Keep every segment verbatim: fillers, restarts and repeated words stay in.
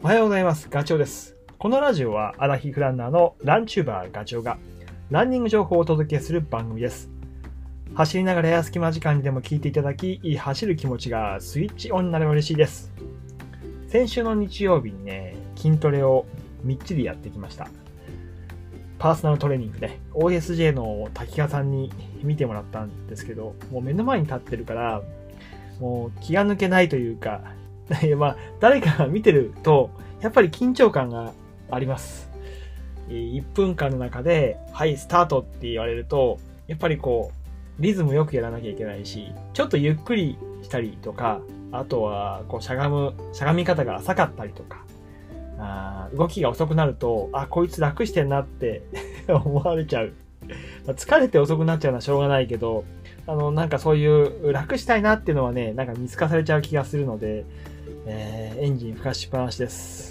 おはようございます。ガチョウです。このラジオはアラヒフランナーのランチューバーガチョウがランニング情報をお届けする番組です。走りながらや隙間時間にでも聞いていただき、走る気持ちがスイッチオンになれば嬉しいです。先週の日曜日にね、筋トレをみっちりやってきました。パーソナルトレーニングね、オーエスジェー の滝川さんに見てもらったんですけど、もう目の前に立ってるから、もう気が抜けないというか、まあ、誰かが見てると、やっぱり緊張感があります。いっぷんかんの中で、はい、スタートって言われると、やっぱりこう、リズムよくやらなきゃいけないし、ちょっとゆっくりしたりとか、あとは、こう、しゃがむ、しゃがみ方が浅かったりとか、あ動きが遅くなると、あ、こいつ楽してんなって思われちゃう。疲れて遅くなっちゃうのはしょうがないけど、あの、なんかそういう楽したいなっていうのはね、なんか見透かされちゃう気がするので、えー、エンジンふかしっぱなしです。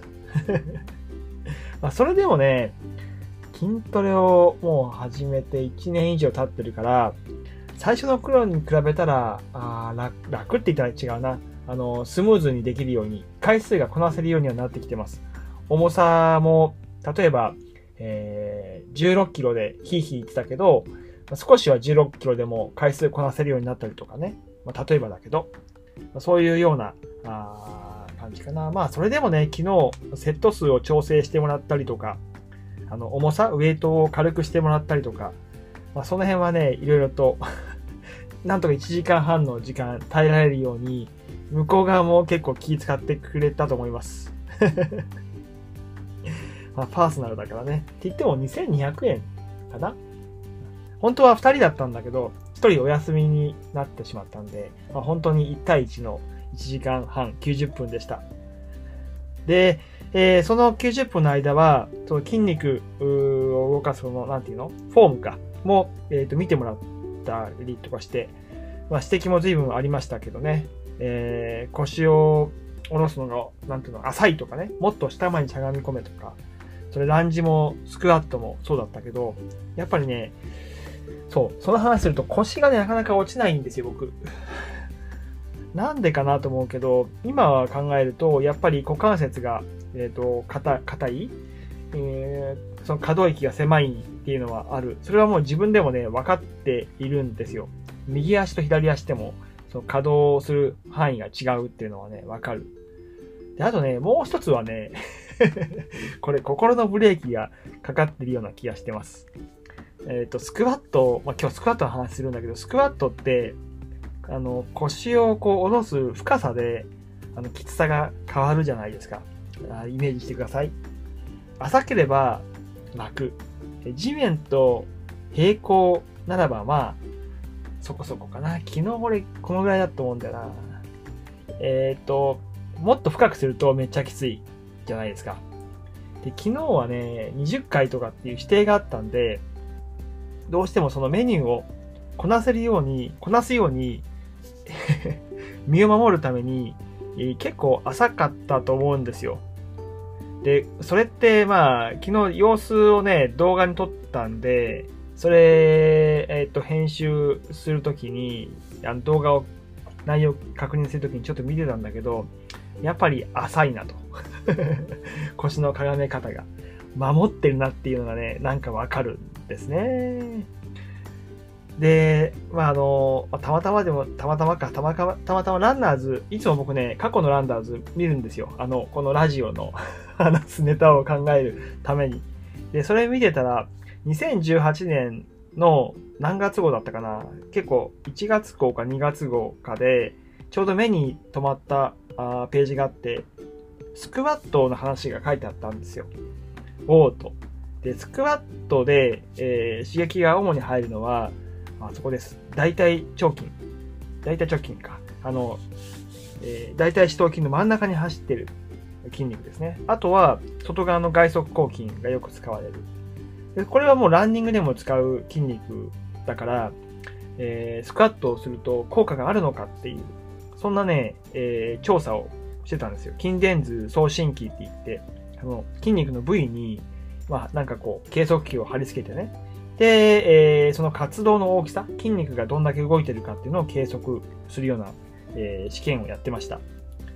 まあそれでもね、筋トレをもう始めていちねん以上経ってるから、最初の頃に比べたら、あ楽、楽って言ったら違うな。あの、スムーズにできるように、回数がこなせるようにはなってきてます。重さも、例えば、えー、じゅうろっキロでヒーヒー言ってたけど、少しはじゅうろっキロでも回数こなせるようになったりとかね。まあ、例えばだけど、そういうようなあ感じかな。まあ、それでもね、昨日、セット数を調整してもらったりとか、あの、重さ、ウェイトを軽くしてもらったりとか、まあ、その辺はね、いろいろと、なんとかいちじかんはんの時間耐えられるように、向こう側も結構気遣ってくれたと思います。まあ、パーソナルだからね。って言ってもにせんにひゃくえんかな。本当はふたりだったんだけど、ひとりお休みになってしまったんで、まあ、本当にいち対いちのいちじかんはん、きゅうじゅっぷんでした。で、えー、そのきゅうじゅっぷんの間は、その筋肉を動かすその、なんていうのフォームか、も、えっと、見てもらったりとかして、まあ、指摘も随分ありましたけどね、えー、腰を下ろすのが、なんていうの、浅いとかね、もっと下前にしゃがみ込めとか、それランジもスクワットもそうだったけど、やっぱりね、そう、その話すると腰がね、なかなか落ちないんですよ、僕。なんでかなと思うけど、今は考えると、やっぱり股関節が、えっと、硬、硬い、えー、その可動域が狭いっていうのはある。それはもう自分でもね、分かっているんですよ。右足と左足でも、その可動する範囲が違うっていうのはね、分かる。で、あとね、もう一つはね、これ心のブレーキがかかってるような気がしてます。えっと、スクワット、まあ、今日スクワットの話するんだけど、スクワットって、あの、腰をこう下ろす深さで、あの、きつさが変わるじゃないですか。あイメージしてください。浅ければ楽。地面と平行ならばまあ、そこそこかな。昨日俺このぐらいだと思うんだよな。えっと、もっと深くするとめっちゃきついじゃないですか。で、昨日はね、にじゅっかいとかっていう指定があったんで、どうしてもそのメニューをこなせるように、こなすように身を守るために結構浅かったと思うんですよ。で、それってまあ、昨日様子をね、動画に撮ったんで、それ、えっと、編集するときに、あの動画を、内容確認するときにちょっと見てたんだけど、やっぱり浅いなと。腰のかがめ方が。守ってるなっていうのがね、なんかわかるんですね。で、まああの、たまたまでも、たまたまか、たまたま、たまたまランナーズ、いつも僕ね、過去のランナーズ見るんですよ。あの、このラジオの話すネタを考えるために。で、それ見てたら、にせんじゅうはちねんの何月号だったかな、結構いちがつ号かにがつ号かで、ちょうど目に留まったあページがあって、スクワットの話が書いてあったんですよ。おーと。で、スクワットで、えー、刺激が主に入るのは、あそこです。大腿腸筋。大腿腸筋か。あの、えー、大腿四頭筋の真ん中に走ってる筋肉ですね。あとは、外側の外側広筋がよく使われる。でこれはもうランニングでも使う筋肉だから、えー、スクワットをすると効果があるのかっていう、そんなね、えー、調査をしてたんですよ。筋電図送信機って言って、あの筋肉の部位に、まあ、なんかこう、計測器を貼り付けてね。で、えー、その活動の大きさ、筋肉がどんだけ動いてるかっていうのを計測するような、えー、試験をやってました。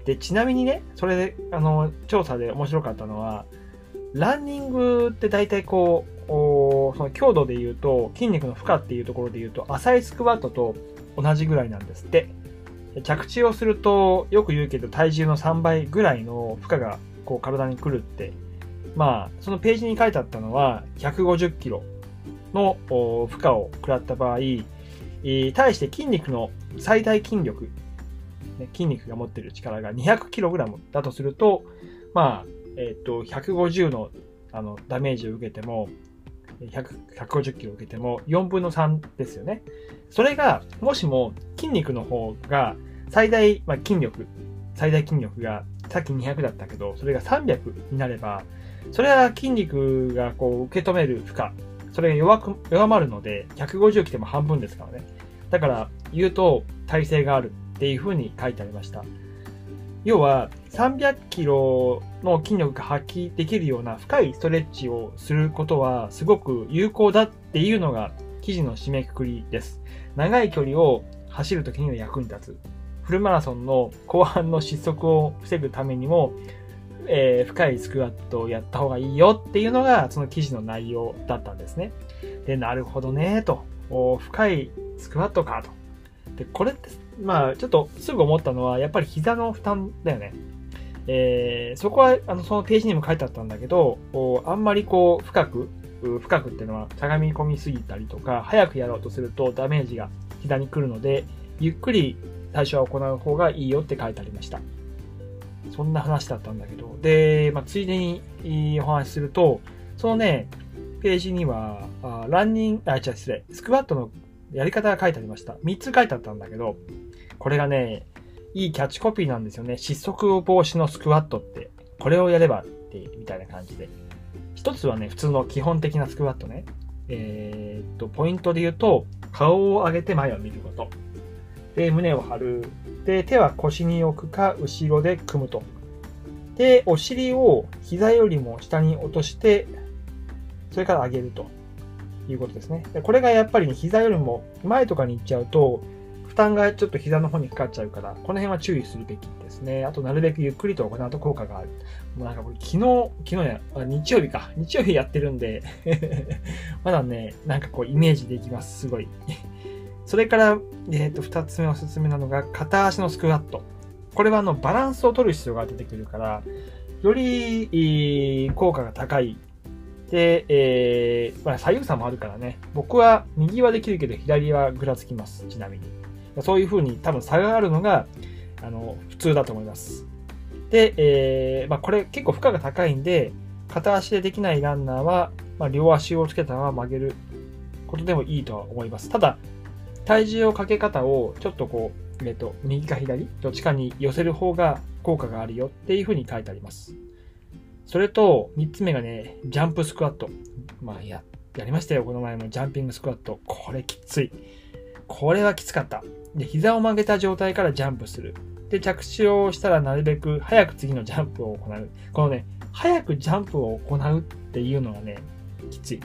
で、ちなみにね、それで、あの、調査で面白かったのは、ランニングって大体こう、おその強度で言うと、筋肉の負荷っていうところで言うと、浅いスクワットと同じぐらいなんですって。着地をすると、よく言うけど体重のさんばいぐらいの負荷がこう体に来るって、まあ、そのページに書いてあったのは、ひゃくごじゅっキロの負荷を食らった場合、対して筋肉の最大筋力、筋肉が持っている力がにひゃくキログラムだとすると、まあ、えっと、ひゃくごじゅうのあのダメージを受けても、ひゃく、ひゃくごじゅっキロ受けてもよんぶんのさんですよね。それが、もしも筋肉の方が最大、まあ、筋力、最大筋力がさっきにひゃくだったけど、それがさんびゃくになれば、それは筋肉がこう受け止める負荷、それが弱く、弱まるので、ひゃくごじゅう来ても半分ですからね。だから言うと耐性があるっていうふうに書いてありました。要はさんびゃくキロの筋力が発揮できるような深いストレッチをすることはすごく有効だっていうのが記事の締めくくりです。長い距離を走るときには役に立つ。フルマラソンの後半の失速を防ぐためにも、えー、深いスクワットをやった方がいいよっていうのがその記事の内容だったんですね。で、なるほどねと。深いスクワットかと。で、これって、まあ、ちょっとすぐ思ったのは、やっぱり膝の負担だよね。えー、そこは、あの、そのページにも書いてあったんだけど、あんまりこう、深く、深くっていうのは、しゃがみ込みすぎたりとか、早くやろうとするとダメージが膝に来るので、ゆっくり最初は行う方がいいよって書いてありました。そんな話だったんだけど、で、まあ、ついでにお話しすると、そのね、ページには、あランニング、あ、違う、失礼、スクワットのやり方が書いてありました。みっつ書いてあったんだけど、これがね、いいキャッチコピーなんですよね。失速防止のスクワットって、これをやればって、みたいな感じで。一つはね、普通の基本的なスクワットね。えー、っと、ポイントで言うと、顔を上げて前を見ること。で、胸を張る。で、手は腰に置くか、後ろで組むと。で、お尻を膝よりも下に落として、それから上げるということですね。でこれがやっぱり、ね、膝よりも前とかに行っちゃうと、負担がちょっと膝の方にかかっちゃうから、この辺は注意するべきですね。あと、なるべくゆっくりと行うと効果がある。もうなんかこれ昨日、昨日や、日曜日か。日曜日やってるんで、まだね、なんかこうイメージできます。すごい。それから、えっと、二つ目おすすめなのが、片足のスクワット。これはあの、バランスを取る必要が出てくるから、より効果が高い。で、えー、まあ、左右差もあるからね。僕は右はできるけど、左はぐらつきます。ちなみに。そういう風に多分差があるのが、あの、普通だと思います。で、えー、まあ、これ結構負荷が高いんで、片足でできないランナーは、まあ、両足をつけたまま曲げることでもいいとは思います。ただ、体重をかけ方をちょっとこう、えっと、右か左、どっちかに寄せる方が効果があるよっていう風に書いてあります。それと、三つ目がね、ジャンプスクワット。まあ、や、やりましたよ。この前もジャンピングスクワット。これきつい。これはきつかった。で、膝を曲げた状態からジャンプする。で、着地をしたらなるべく早く次のジャンプを行う。このね、早くジャンプを行うっていうのがね、きつい。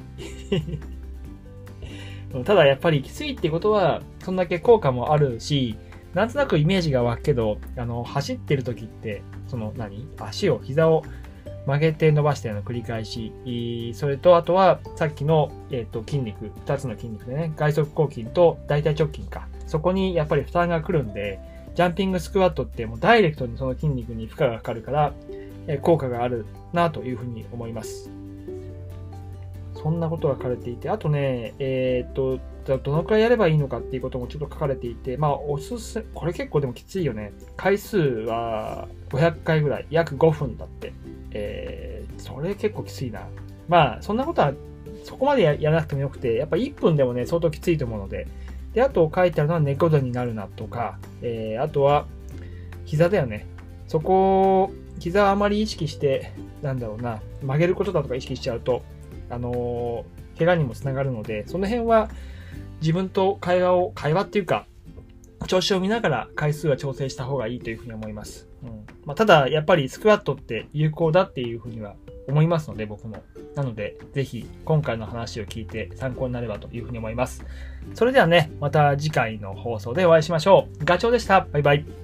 ただやっぱりきついってことは、そんだけ効果もあるし、なんとなくイメージが湧くけど、あの、走ってる時って、その何、足を、膝を曲げて伸ばしての繰り返し、それとあとはさっきの、えー、と筋肉、ふたつの筋肉でね、外側広筋と大腿直筋か。そこにやっぱり負担が来るんで、ジャンピングスクワットってもうダイレクトにその筋肉に負荷がかかるから、えー、効果があるなというふうに思います。そんなことが書かれていて、あとね、えっと、どのくらいやればいいのかっていうこともちょっと書かれていて、まあ、おすす、これ結構でもきついよね。回数はごひゃっかいぐらい、約ごふんだって。えー、それ結構きついな。まあ、そんなことは、そこまで や, やらなくてもよくて、やっぱいっぷんでもね、相当きついと思うので。で、あと書いてあるのは猫背になるなとか、えー、あとは、膝だよね。そこを、膝をあまり意識して、なんだろうな、曲げることだとか意識しちゃうと、あのー、怪我にもつながるので、その辺は自分と会話を、会話っていうか、調子を見ながら回数は調整した方がいいというふうに思います。うんまあ、ただ、やっぱりスクワットって有効だっていうふうには思いますので、僕も。なので、ぜひ今回の話を聞いて参考になればというふうに思います。それではね、また次回の放送でお会いしましょう。ガチョウでした。バイバイ。